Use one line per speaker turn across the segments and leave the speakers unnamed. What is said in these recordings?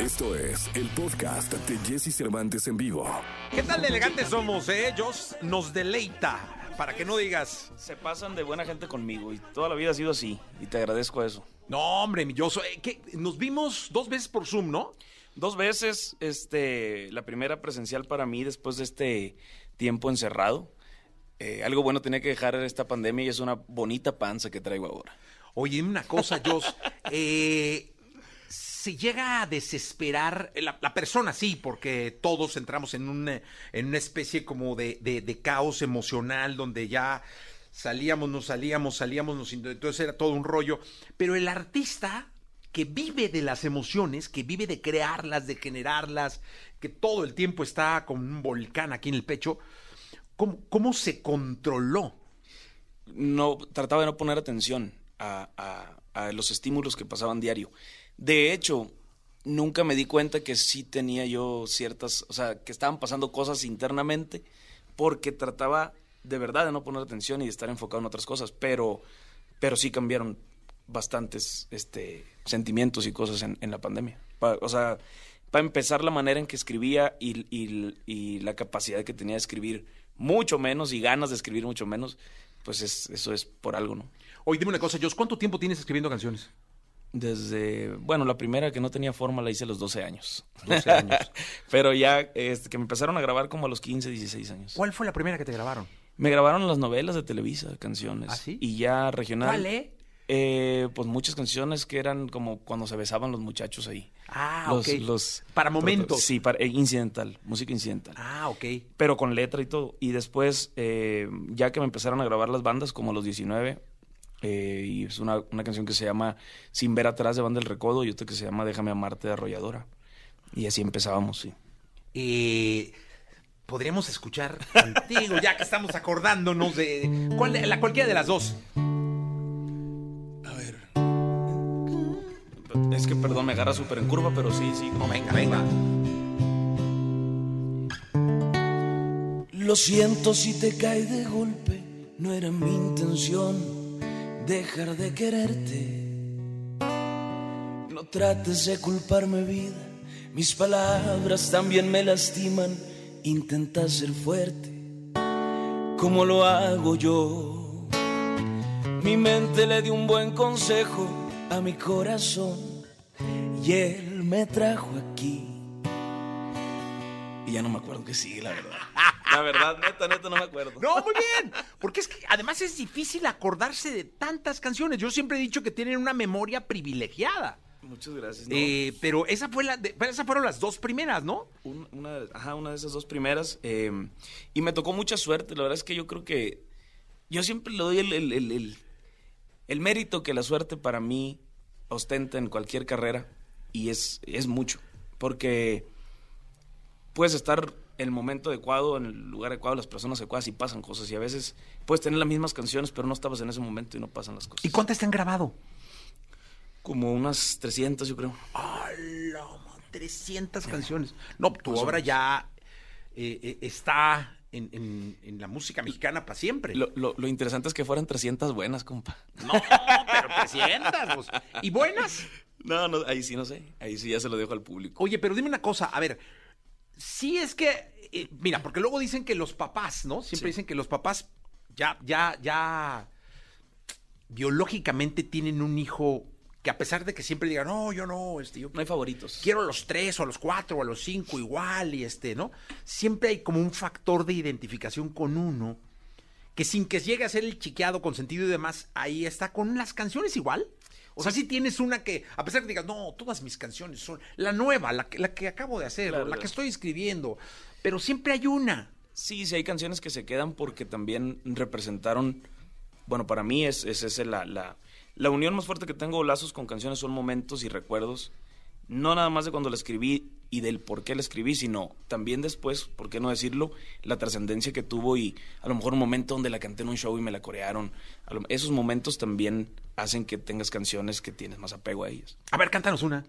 Esto es el podcast de Jesse Cervantes en vivo.
¿Qué tal de elegantes somos, Joss nos deleita, para que no digas...
Se pasan de buena gente conmigo y toda la vida ha sido así, y te agradezco eso.
No, hombre, mi Joss, nos vimos 2 veces por Zoom, ¿no?
2 veces, la primera presencial para mí después de este tiempo encerrado. Algo bueno tenía que dejar esta pandemia y es una bonita panza que traigo ahora.
Oye, dime una cosa, Joss, se llega a desesperar la persona, sí, porque todos entramos en una especie como de caos emocional donde ya salíamos, entonces era todo un rollo. Pero el artista que vive de las emociones, que vive de crearlas, de generarlas, que todo el tiempo está como un volcán aquí en el pecho, ¿cómo se controló?
No, trataba de no poner atención a los estímulos que pasaban diario. De hecho, nunca me di cuenta que sí tenía yo ciertas, o sea, que estaban pasando cosas internamente, porque trataba de verdad de no poner atención y de estar enfocado en otras cosas, pero sí cambiaron bastantes sentimientos y cosas en la pandemia. Para empezar, la manera en que escribía y la capacidad que tenía de escribir mucho menos y ganas de escribir mucho menos, pues eso es por algo, ¿no?
Oye, dime una cosa, Joss, ¿cuánto tiempo tienes escribiendo canciones?
La primera que no tenía forma la hice a los 12 años.
12 años.
Pero ya que me empezaron a grabar como a los 15, 16 años.
¿Cuál fue la primera que te grabaron?
Me grabaron las novelas de Televisa, canciones.
¿Ah, sí?
Y ya regional.
¿Cuál,
pues muchas canciones que eran como cuando se besaban los muchachos ahí.
Ah, ok. Para momentos.
Sí, para incidental, música incidental.
Ah, ok.
Pero con letra y todo. Y después, ya que me empezaron a grabar las bandas, como a los 19, y es una canción que se llama Sin ver atrás, de Banda El Recodo, y otra que se llama Déjame amarte, de Arrolladora. Y así empezábamos, sí.
Podríamos escuchar contigo, ya que estamos acordándonos de cualquiera de las dos.
A ver. Es que, perdón, me agarra súper en curva, pero sí.
No, venga.
Lo siento si te cae de golpe, no era mi intención dejar de quererte. No trates de culparme, vida, mis palabras también me lastiman. Intenta ser fuerte, como lo hago yo. Mi mente le dio un buen consejo a mi corazón y él me trajo aquí.
Y ya no me acuerdo qué sigue, la verdad. La verdad, neta, no me acuerdo.
No, muy bien. Porque es que además es difícil acordarse de tantas canciones. Yo siempre he dicho que tienen una memoria privilegiada.
Muchas gracias. ¿No?
Pero esas fueron las 2 primeras, ¿no?
Una de esas 2 primeras. Y me tocó mucha suerte. La verdad es que yo creo que yo siempre le doy el mérito que la suerte para mí ostenta en cualquier carrera. Y es mucho. Porque puedes estar en el momento adecuado, en el lugar adecuado, las personas adecuadas, y pasan cosas. Y a veces puedes tener las mismas canciones, pero no estabas en ese momento y no pasan las cosas.
¿Y cuántas te han grabado?
Como unas 300, yo creo.
¡Hala! 300 canciones. No, tu obra ya está en la música mexicana para siempre.
Lo interesante es que fueran 300 buenas, compa.
No, pero 300. Pues. ¿Y buenas?
No, ahí sí no sé. Ahí sí ya se lo dejo al público.
Oye, pero dime una cosa, a ver, sí es que, mira, porque luego dicen que los papás, ¿no? Siempre dicen que los papás ya biológicamente tienen un hijo que, a pesar de que siempre digan, no, yo no, yo
no hay favoritos.
Quiero a los 3 o a los 4 o a los 5 igual, y ¿no? Siempre hay como un factor de identificación con uno que, sin que llegue a ser el chiqueado consentido y demás, ahí está con las canciones igual. O sea, si tienes una que, a pesar de que digas, no, todas mis canciones son la nueva, la que acabo de hacer, claro, la que estoy escribiendo, pero siempre hay una.
Sí, hay canciones que se quedan porque también representaron, bueno, para mí es la unión más fuerte que tengo, lazos con canciones, son momentos y recuerdos, no nada más de cuando la escribí y del por qué la escribí, sino también después, por qué no decirlo, la trascendencia que tuvo, y a lo mejor un momento donde la canté en un show y me la corearon. Esos momentos también hacen que tengas canciones que tienes más apego a ellas.
A ver, cántanos una.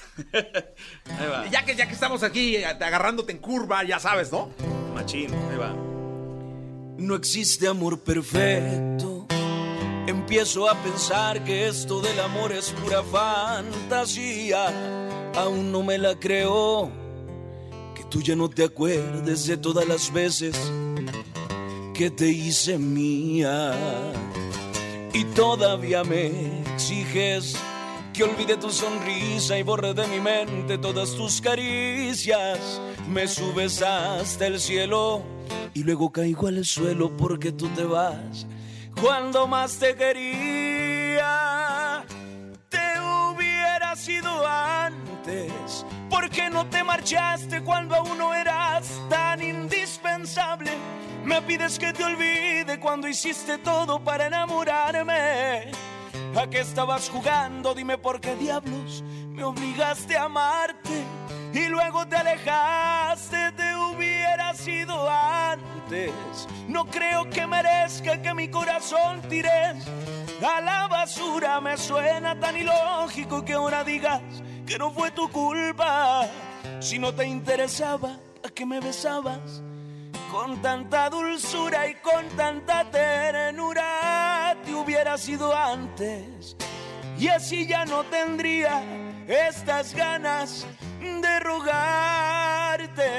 Ahí va.
Ya que estamos aquí agarrándote en curva, ya sabes, ¿no?
Machín, ahí va.
No existe amor perfecto, empiezo a pensar que esto del amor es pura fantasía. Aún no me la creo, que tú ya no te acuerdes de todas las veces que te hice mía. Y todavía me exiges que olvide tu sonrisa y borre de mi mente todas tus caricias. Me subes hasta el cielo y luego caigo al suelo porque tú te vas cuando más te quería. Te hubiera sido antes, porque no te marchaste cuando aún no eras tan indispensable. Me pides que te olvide cuando hiciste todo para enamorarme. ¿A qué estabas jugando? Dime por qué diablos me obligaste a amarte y luego te alejaste. Te hubiera sido antes. No creo que merezca que mi corazón tires a la basura. Me suena tan ilógico que ahora digas que no fue tu culpa. Si no te interesaba, ¿a qué me besabas con tanta dulzura y con tanta ternura? Te hubiera sido antes y así ya no tendría estas ganas de rogarte.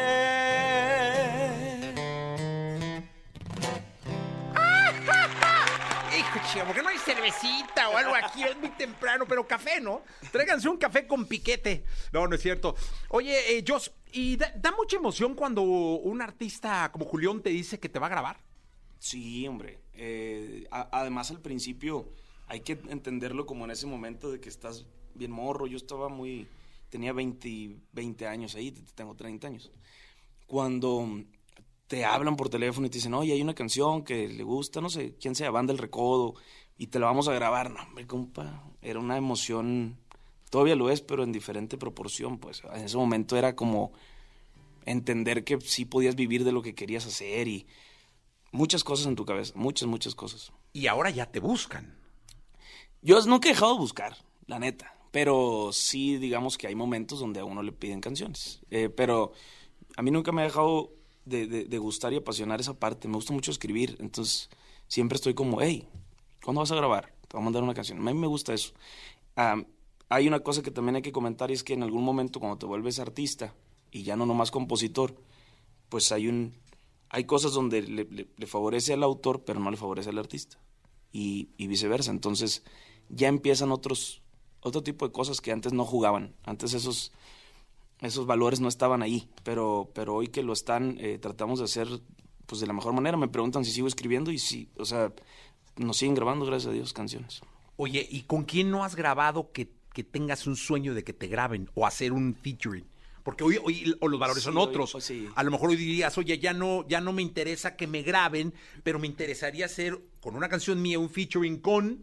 Hijo, chico, ¿por qué no hay cervecita o algo aquí? Es muy temprano, pero café, ¿no? Tráiganse un café con piquete. No, no es cierto. Oye, Jos, ¿y da mucha emoción cuando un artista como Julián te dice que te va a grabar?
Sí, hombre. Además, al principio hay que entenderlo como en ese momento de que estás bien morro. Yo tenía 20 años ahí, tengo 30 años. Cuando te hablan por teléfono y te dicen, oye, hay una canción que le gusta, no sé, quién sea, Banda El Recodo, y te la vamos a grabar. No, hombre, compa, era una emoción, todavía lo es, pero en diferente proporción, pues. En ese momento era como entender que sí podías vivir de lo que querías hacer y muchas cosas en tu cabeza, muchas cosas.
Y ahora ya te buscan.
Yo nunca he dejado de buscar, la neta, pero sí, digamos que hay momentos donde a uno le piden canciones, pero a mí nunca me ha dejado de gustar y apasionar esa parte. Me gusta mucho escribir, entonces siempre estoy como, hey, ¿cuándo vas a grabar? Te voy a mandar una canción. A mí me gusta eso. Hay una cosa que también hay que comentar, y es que en algún momento cuando te vuelves artista y ya no nomás compositor, pues hay cosas donde le favorece al autor, pero no le favorece al artista, y viceversa. Entonces ya empiezan otro tipo de cosas que antes no jugaban. Antes esos valores no estaban ahí, pero hoy que lo están, tratamos de hacer pues de la mejor manera. Me preguntan si sigo escribiendo y sí, o sea, nos siguen grabando, gracias a Dios, canciones.
Oye, ¿y con quién no has grabado que tengas un sueño de que te graben o hacer un featuring? Porque hoy o los valores son otros.
Sí.
A lo mejor hoy dirías, oye, ya no me interesa que me graben, pero me interesaría hacer con una canción mía un featuring con...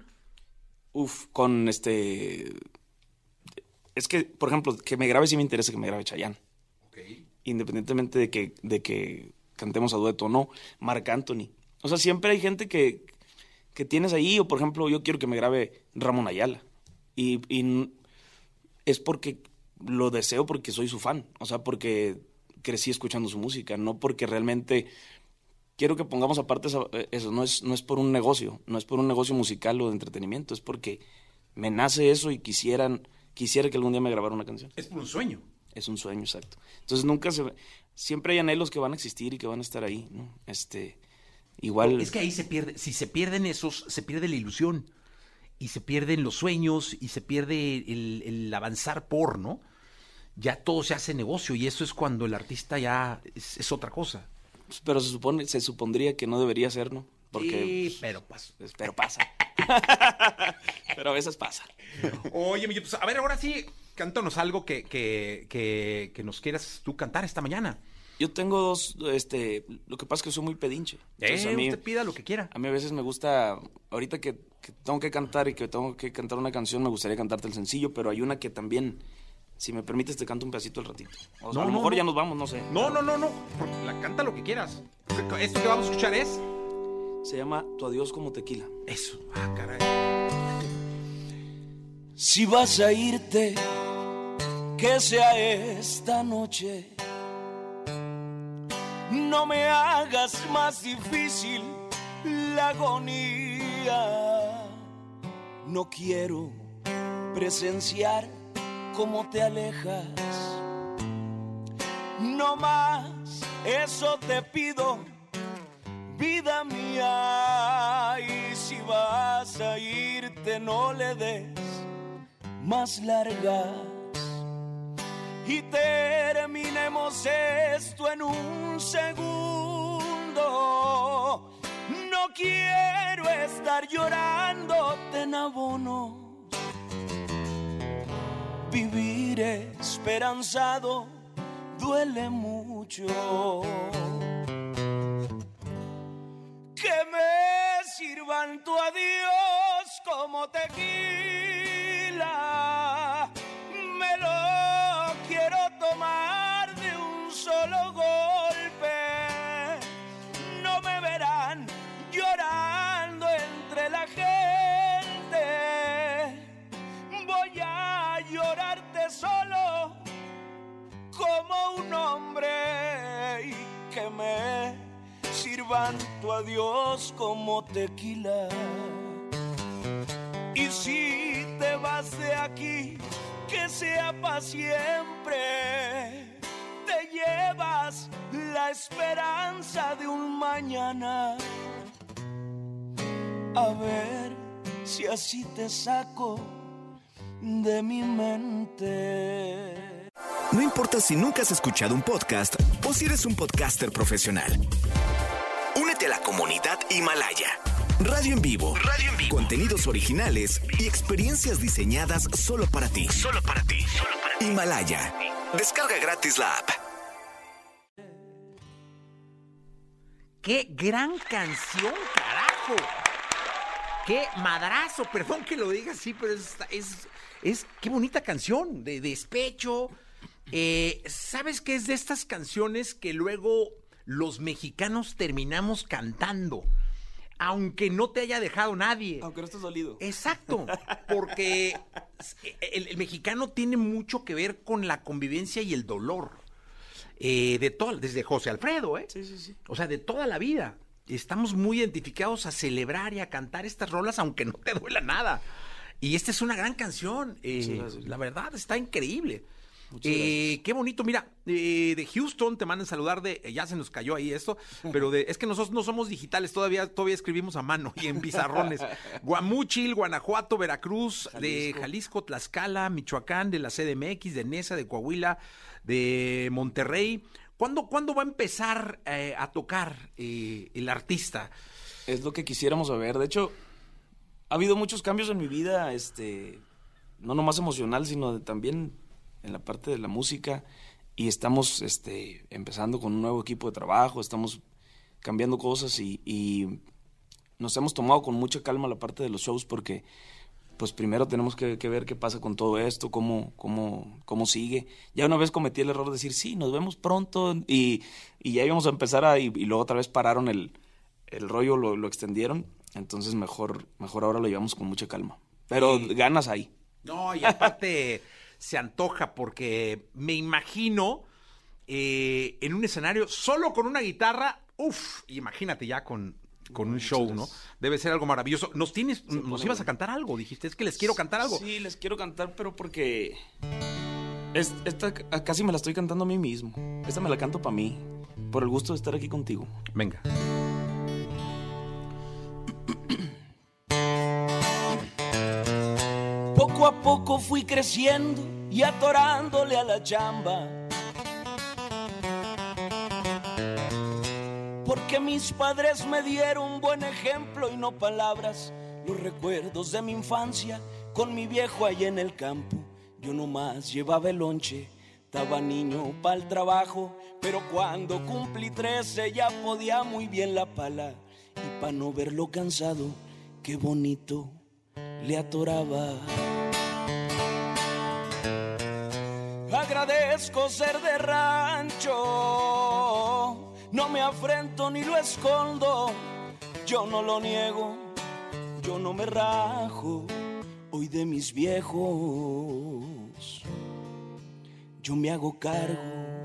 Es que, por ejemplo, que me grabe sí me interesa que me grabe Chayanne.
Okay.
Independientemente de que cantemos a dueto o no. Marc Anthony. O sea, siempre hay gente que tienes ahí, o por ejemplo, yo quiero que me grabe Ramón Ayala. Y es porque lo deseo, porque soy su fan. O sea, porque crecí escuchando su música, no porque realmente... Quiero que pongamos aparte eso. No es por un negocio, no es por un negocio musical o de entretenimiento, es porque me nace eso y quisiera que algún día me grabara una canción.
Es por un sueño.
Es un sueño, exacto. Entonces siempre hay anhelos que van a existir y que van a estar ahí, ¿no? Igual...
Es que ahí se pierde, si se pierden esos, se pierde la ilusión, y se pierden los sueños, y se pierde el avanzar por, ¿no? Ya todo se hace negocio, y eso es cuando el artista ya es otra cosa.
Pero se supondría que no debería ser, ¿no? Porque,
sí, pero pasa.
Pero pasa. Pero a veces pasa.
Oye, pues, a ver, ahora sí, cántanos algo que nos quieras tú cantar esta mañana.
Yo tengo dos, lo que pasa es que soy muy pedinche.
A mí, usted pida lo que quiera.
A mí a veces me gusta, ahorita que tengo que cantar y que tengo que cantar una canción, me gustaría cantarte el sencillo, pero hay una que también, si me permites, te canto un pedacito al ratito. O sea, a lo mejor ya nos vamos, no sé.
No. La canta lo que quieras. Esto que vamos a escuchar es...
Se llama Tu adiós como tequila.
Eso. Ah, caray.
Si vas a irte, que sea esta noche. No me hagas más difícil la agonía. No quiero presenciar cómo te alejas. No más, eso te pido, vida mía. Y si vas a irte, no le des más largas. Y terminemos esto en un segundo. No quiero estar llorándote en abonos. Vivir esperanzado duele mucho. Que me sirvan tu adiós como tequila. Me lo quiero tomar de un solo golpe. No me verán llorando entre la gente. Voy a llorarte solo como un hombre. Y que me sirvan tu adiós como tequila. Y si te vas de aquí, que sea para siempre. Te llevas la esperanza de un mañana. A ver si así te saco de mi mente.
No importa si nunca has escuchado un podcast o si eres un podcaster profesional. Únete a la comunidad Himalaya. Radio en vivo. Radio en vivo. Contenidos originales y experiencias diseñadas solo para ti. Solo para ti. Solo para ti. Himalaya. Descarga gratis la app.
¡Qué gran canción, carajo! ¡Qué madrazo! Perdón que lo diga así, pero es qué bonita canción, de despecho. ¿Sabes qué es de estas canciones que luego los mexicanos terminamos cantando? Aunque no te haya dejado nadie.
Aunque no estés dolido.
Exacto, porque el mexicano tiene mucho que ver con la convivencia y el dolor. Desde José Alfredo,
Sí, sí, sí.
O sea, de toda la vida. Estamos muy identificados a celebrar y a cantar estas rolas, aunque no te duela nada. Y esta es una gran canción. La verdad, está increíble. Qué bonito, mira, de Houston te mandan saludar ya se nos cayó ahí esto, pero es que nosotros no somos digitales, todavía escribimos a mano y en pizarrones. Guamúchil, Guanajuato, Veracruz, de Jalisco, Tlaxcala, Michoacán, de la CDMX, de Nesa, de Coahuila, de Monterrey. ¿Cuándo va a empezar a tocar el artista?
Es lo que quisiéramos saber. De hecho, ha habido muchos cambios en mi vida, no nomás emocional, sino también en la parte de la música, y estamos empezando con un nuevo equipo de trabajo, estamos cambiando cosas y nos hemos tomado con mucha calma la parte de los shows porque pues primero tenemos que ver qué pasa con todo esto, cómo sigue. Ya una vez cometí el error de decir, sí, nos vemos pronto, y ya íbamos a empezar y luego otra vez pararon el rollo, lo extendieron, entonces mejor ahora lo llevamos con mucha calma. Pero ganas hay.
No, y aparte se antoja porque me imagino en un escenario solo con una guitarra, imagínate ya con un show, ¿no? Debe ser algo maravilloso. Nos ibas a cantar algo, dijiste, es que les quiero cantar algo.
Sí, les quiero cantar, pero porque esta casi me la estoy cantando a mí mismo. Esta me la canto para mí, por el gusto de estar aquí contigo.
Venga.
Poco a poco fui creciendo y atorándole a la chamba, porque mis padres me dieron buen ejemplo y no palabras. Los recuerdos de mi infancia con mi viejo allá en el campo. Yo nomás llevaba el lonche, estaba niño pa'l trabajo, pero cuando cumplí 13 ya podía muy bien la pala. Y pa' no verlo cansado, qué bonito le atoraba. Agradezco ser de rancho, no me afrento ni lo escondo, yo no lo niego, yo no me rajo, hoy de mis viejos yo me hago cargo.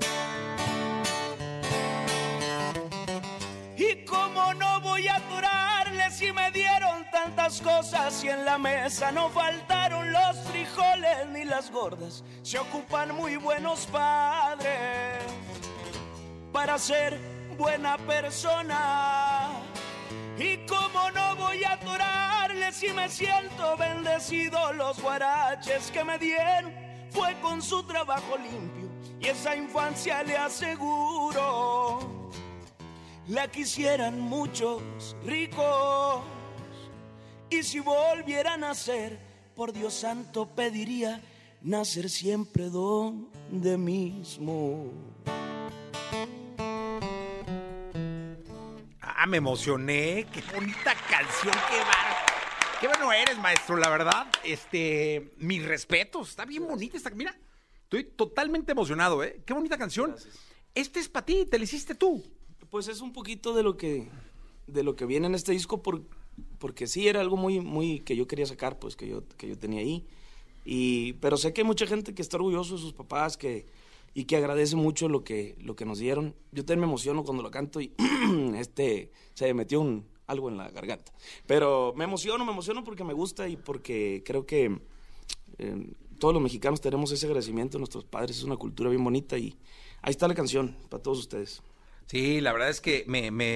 Y cómo no voy a atorarle si me dieron tanta tantas cosas y en la mesa no faltaron los frijoles ni las gordas. Se ocupan muy buenos padres para ser buena persona. Y como no voy a atorarles si me siento bendecido, los guaraches que me dieron fue con su trabajo limpio y esa infancia le aseguro la quisieran muchos ricos. Y si volviera a nacer, por Dios santo pediría nacer siempre donde mismo.
Me emocioné, qué bonita canción, qué bueno eres, maestro, la verdad. Mis respetos, está bien bonita esta, mira, estoy totalmente emocionado, qué bonita canción.
Gracias.
Este es para ti, te la hiciste tú.
Pues es un poquito de lo que viene en este disco, porque sí era algo muy que yo quería sacar, pues que yo tenía ahí. Pero sé que hay mucha gente que está orgulloso de sus papás, y que agradece mucho lo que nos dieron. Yo también me emociono cuando lo canto y se me metió algo en la garganta. Pero me emociono porque me gusta y porque creo que todos los mexicanos tenemos ese agradecimiento a nuestros padres. Es una cultura bien bonita y ahí está la canción para todos ustedes.
Sí, la verdad es que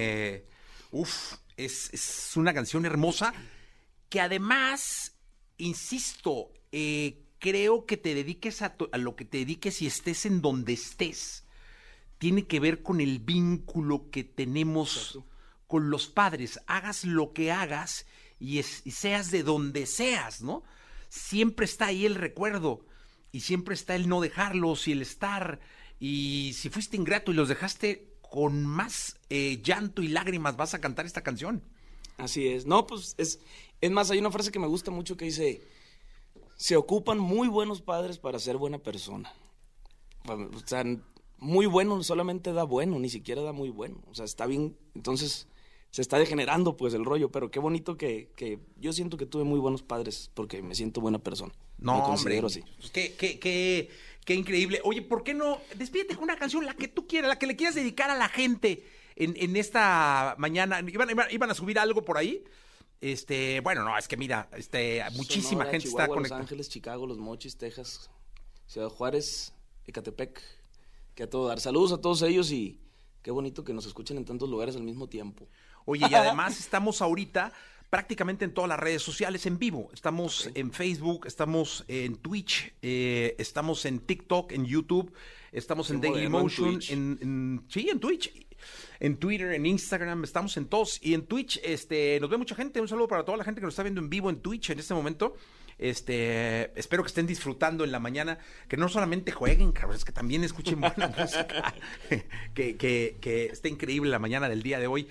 es una canción hermosa que además, insisto, creo que te dediques a lo que te dediques y estés en donde estés. Tiene que ver con el vínculo que tenemos
Exacto.
con los padres. Hagas lo que hagas y seas de donde seas, ¿no? Siempre está ahí el recuerdo y siempre está el no dejarlos y el estar. Y si fuiste ingrato y los dejaste con más llanto y lágrimas, vas a cantar esta canción.
Así es. No, pues es más, hay una frase que me gusta mucho que dice: se ocupan muy buenos padres para ser buena persona. O sea, muy bueno solamente da bueno, ni siquiera da muy bueno. O sea, está bien, entonces se está degenerando pues el rollo, pero qué bonito que yo siento que tuve muy buenos padres porque me siento buena persona.
No,
me
hombre,
considero así.
pues qué increíble. Oye, ¿por qué no despídete con una canción, la que tú quieras, la que le quieras dedicar a la gente en esta mañana? ¿Iban a subir algo por ahí? Bueno, no, es que mira, muchísima
Sonora,
gente
Chihuahua,
está conectada.
Los Ángeles, Chicago, Los Mochis, Texas, Ciudad Juárez, Ecatepec, que a todo dar. Saludos a todos ellos y qué bonito que nos escuchen en tantos lugares al mismo tiempo.
Oye, y además estamos ahorita prácticamente en todas las redes sociales en vivo. Estamos en Facebook, estamos en Twitch, estamos en TikTok, en YouTube, estamos en
Qué moderno,
Dailymotion,
en
sí, en Twitch, en Twitter, en Instagram, estamos en todos. Y en Twitch nos ve mucha gente. Un saludo para toda la gente que nos está viendo en vivo en Twitch en este momento. Espero que estén disfrutando en la mañana, que no solamente jueguen, cabros, que también escuchen buena música, que esté increíble la mañana del día de hoy.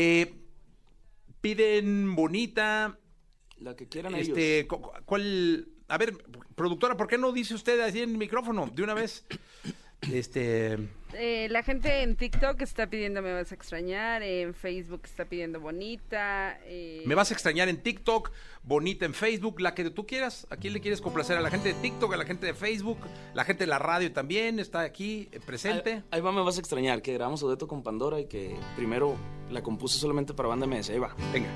Piden bonita,
La que quieran ellos.
¿cuál? A ver, productora, ¿por qué no dice usted así en el micrófono de una vez?
La gente en TikTok está pidiendo Me Vas a Extrañar, en Facebook está pidiendo Bonita.
Me vas a extrañar en TikTok, bonita en Facebook, la que tú quieras. ¿A quién le quieres complacer? ¿A la gente de TikTok, a la gente de Facebook? La gente de la radio también está aquí presente.
Ahí va Me Vas a Extrañar, que grabamos su dueto con Pandora y que primero la compuse solamente para Banda MS. Ahí va.
Venga.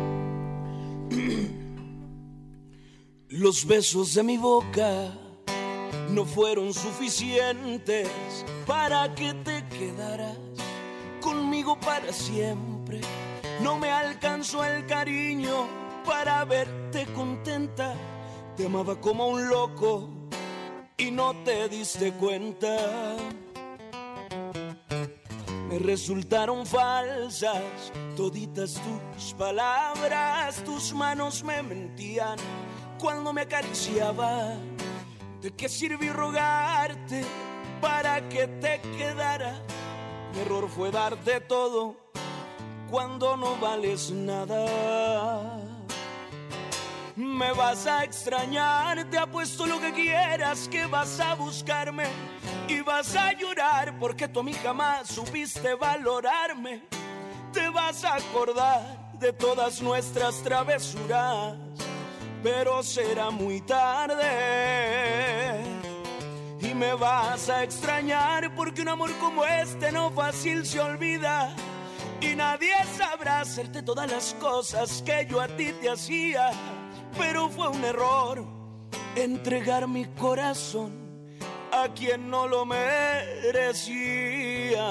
Los besos de mi boca no fueron suficientes para que te quedaras conmigo para siempre. No me alcanzó el cariño para verte contenta. Te amaba como un loco y no te diste cuenta. Me resultaron falsas toditas tus palabras. Tus manos me mentían cuando me acariciaban. ¿De qué sirvió rogarte para que te quedara? Mi error fue darte todo cuando no vales nada. Me vas a extrañar, te apuesto lo que quieras, que vas a buscarme y vas a llorar porque tú a mí jamás supiste valorarme. Te vas a acordar de todas nuestras travesuras, pero será muy tarde y me vas a extrañar porque un amor como este no fácil se olvida. y nadie sabrá hacerte todas las cosas que yo a ti te hacía, pero fue un error entregar mi corazón a quien no lo merecía.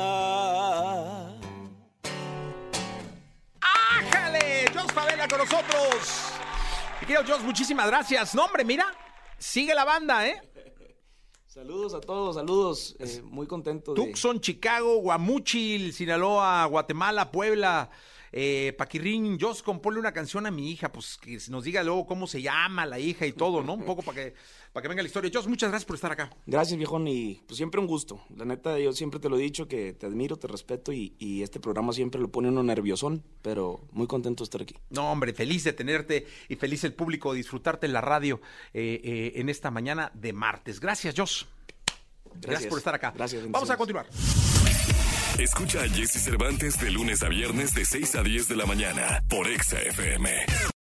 ¡Ájale! Jos Favela con nosotros. Mi querido Jos, muchísimas gracias. No, hombre, mira, sigue la banda, ¿eh?
Saludos a todos, saludos. Muy contento de...
Tucson, Chicago, Guamúchil, Sinaloa, Guatemala, Puebla, Paquirrín. Jos, ponle una canción a mi hija, pues que nos diga luego cómo se llama la hija y todo, ¿no? Un poco para que venga la historia. Jos, muchas gracias por estar acá.
Gracias, viejón, y pues siempre un gusto. La neta, yo siempre te lo he dicho, que te admiro, te respeto, y este programa siempre lo pone uno nerviosón, pero muy contento de estar aquí.
No, hombre, feliz de tenerte y feliz el público de disfrutarte en la radio en esta mañana de martes. Gracias, Jos. Gracias por estar acá.
Gracias.
Vamos a continuar.
Escucha a Jesse Cervantes de lunes a viernes de 6 a 10 de la mañana por Exa FM.